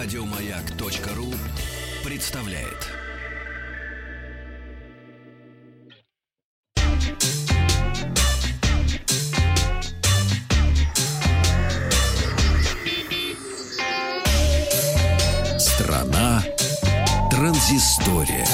Радиомаяк.ру представляет. Страна транзистория.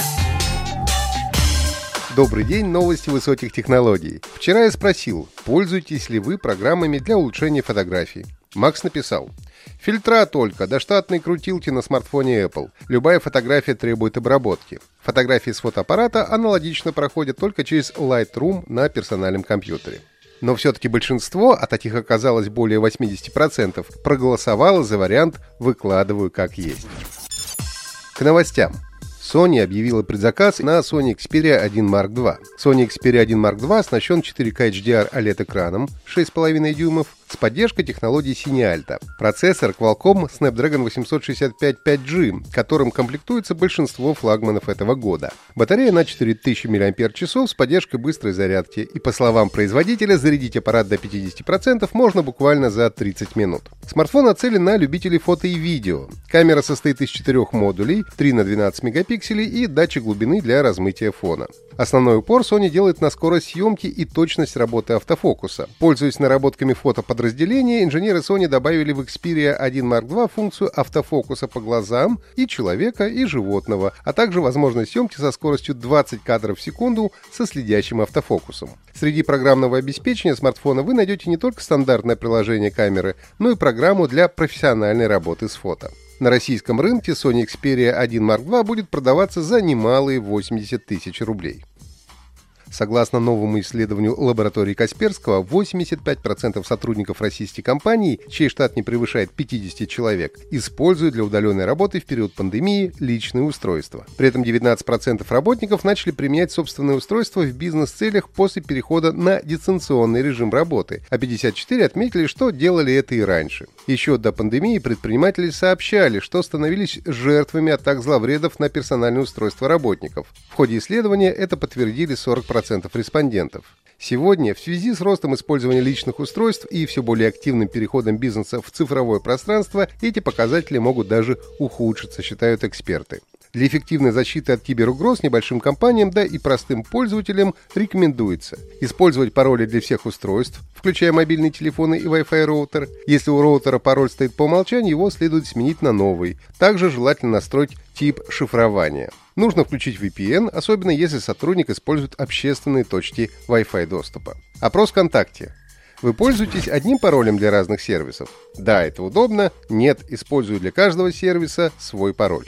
Добрый день, новости высоких технологий. Вчера я спросил, пользуетесь ли вы программами для улучшения фотографий. Макс написал: фильтра только, до штатной крутилки на смартфоне Apple. Любая фотография требует обработки. Фотографии с фотоаппарата аналогично проходят только через Lightroom на персональном компьютере. Но все-таки большинство, а таких оказалось более 80%, проголосовало за вариант «выкладываю как есть». К новостям. Sony объявила предзаказ на Sony Xperia 1 Mark II. Sony Xperia 1 Mark II оснащен 4K HDR OLED-экраном 6,5 дюймов с поддержкой технологии Cine Alta. Процессор Qualcomm Snapdragon 865 5G, которым комплектуется большинство флагманов этого года. Батарея на 4000 мАч с поддержкой быстрой зарядки. И по словам производителя, зарядить аппарат до 50% можно буквально за 30 минут. Смартфон нацелен на любителей фото и видео. Камера состоит из 4 модулей, 3 на 12 мегапикселей и датчик глубины для размытия фона. Основной упор Sony делает на скорость съемки и точность работы автофокуса. Пользуясь наработками фотоподразделения, инженеры Sony добавили в Xperia 1 Mark II функцию автофокуса по глазам и человека, и животного, а также возможность съемки со скоростью 20 кадров в секунду со следящим автофокусом. Среди программного обеспечения смартфона вы найдете не только стандартное приложение камеры, но и программу для профессиональной работы с фото. На российском рынке Sony Xperia 1 Mark II будет продаваться за немалые 80 тысяч рублей. Согласно новому исследованию лаборатории Касперского, 85% сотрудников российских компаний, чей штат не превышает 50 человек, используют для удаленной работы в период пандемии личные устройства. При этом 19% работников начали применять собственные устройства в бизнес-целях после перехода на дистанционный режим работы, а 54% отметили, что делали это и раньше. Еще до пандемии предприниматели сообщали, что становились жертвами атак зловредов на персональные устройства работников. В ходе исследования это подтвердили 40% респондентов. Сегодня, в связи с ростом использования личных устройств и все более активным переходом бизнеса в цифровое пространство, эти показатели могут даже ухудшиться, считают эксперты. Для эффективной защиты от киберугроз небольшим компаниям, да и простым пользователям рекомендуется использовать пароли для всех устройств, включая мобильные телефоны и Wi-Fi роутер. Если у роутера пароль стоит по умолчанию, его следует сменить на новый. Также желательно настроить тип шифрования. Нужно включить VPN, особенно если сотрудник использует общественные точки Wi-Fi доступа. Опрос ВКонтакте. Вы пользуетесь одним паролем для разных сервисов? Да, это удобно. Нет, использую для каждого сервиса свой пароль.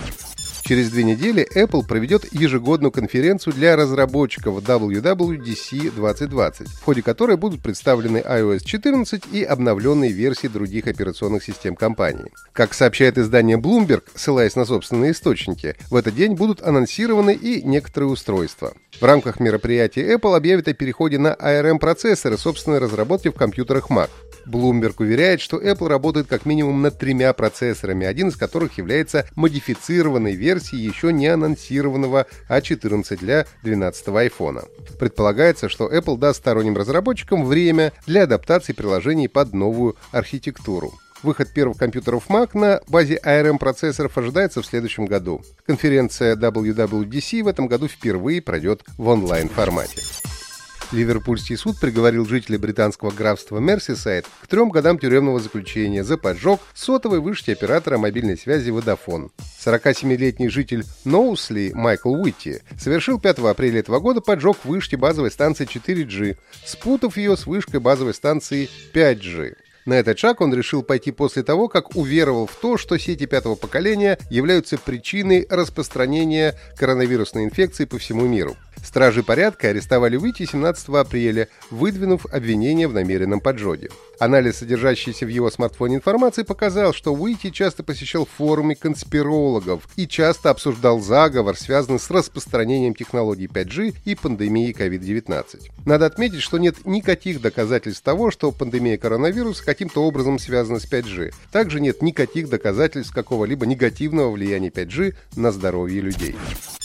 Через 2 недели Apple проведет ежегодную конференцию для разработчиков WWDC 2020, в ходе которой будут представлены iOS 14 и обновленные версии других операционных систем компании. Как сообщает издание Bloomberg, ссылаясь на собственные источники, в этот день будут анонсированы и некоторые устройства. В рамках мероприятия Apple объявит о переходе на ARM-процессоры собственной разработки в компьютерах Mac. Bloomberg уверяет, что Apple работает как минимум над 3 процессорами, один из которых является модифицированной версией еще не анонсированного A14 для 12-го iPhone. Предполагается, что Apple даст сторонним разработчикам время для адаптации приложений под новую архитектуру. Выход первых компьютеров Mac на базе ARM-процессоров ожидается в следующем году. Конференция WWDC в этом году впервые пройдет в онлайн-формате. Ливерпульский суд приговорил жителя британского графства Мерсисайд к 3 годам тюремного заключения за поджог сотовой вышки оператора мобильной связи Vodafone. 47-летний житель Ноусли Майкл Уитти совершил 5 апреля этого года поджог вышки базовой станции 4G, спутав ее с вышкой базовой станции 5G. На этот шаг он решил пойти после того, как уверовал в то, что сети 5-го поколения являются причиной распространения коронавирусной инфекции по всему миру. Стражи порядка арестовали Уитти 17 апреля, выдвинув обвинение в намеренном поджоге. Анализ, содержащийся в его смартфоне информации, показал, что Уитти часто посещал форумы конспирологов и часто обсуждал заговор, связанный с распространением технологий 5G и пандемией COVID-19. Надо отметить, что нет никаких доказательств того, что пандемия коронавируса каким-то образом связана с 5G. Также нет никаких доказательств какого-либо негативного влияния 5G на здоровье людей.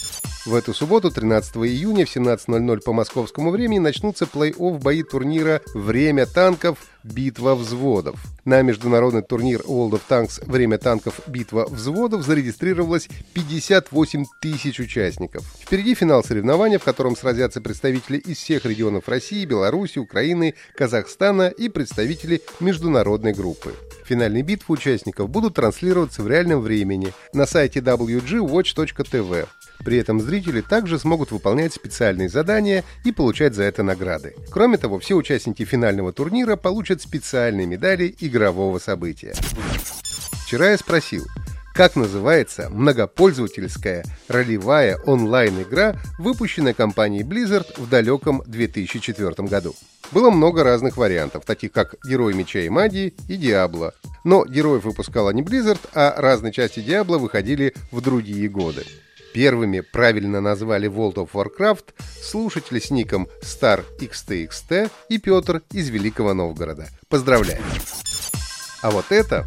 В эту субботу, 13 июня в 17:00 по московскому времени начнутся плей-офф бои турнира «Время танков. Битва взводов». На международный турнир World of Tanks «Время танков. Битва взводов» зарегистрировалось 58 тысяч участников. Впереди финал соревнования, в котором сразятся представители из всех регионов России, Беларуси, Украины, Казахстана и представители международной группы. Финальные битвы участников будут транслироваться в реальном времени на сайте wgwatch.tv. При этом зрители также смогут выполнять специальные задания и получать за это награды. Кроме того, все участники финального турнира получат специальные медали игрового события. Вчера я спросил, как называется многопользовательская ролевая онлайн-игра, выпущенная компанией Blizzard в далеком 2004 году. Было много разных вариантов, таких как «Герой меча и магии» и «Диабло». Но героев выпускала не Blizzard, а разные части Диабло выходили в другие годы. Первыми правильно назвали World of Warcraft слушатели с ником StarXTXT и Петр из Великого Новгорода. Поздравляю! А вот это...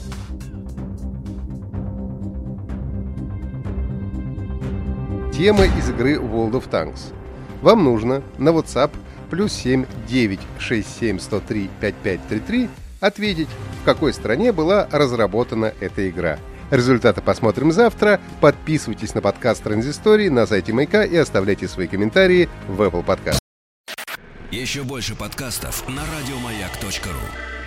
Тема из игры World of Tanks. Вам нужно на WhatsApp +7 967 103 5533 ответить, в какой стране была разработана эта игра. Результаты посмотрим завтра. Подписывайтесь на подкаст «Транзистории» на сайте Маяка и оставляйте свои комментарии в Apple Podcast. Еще больше подкастов на радиомаяк.ру.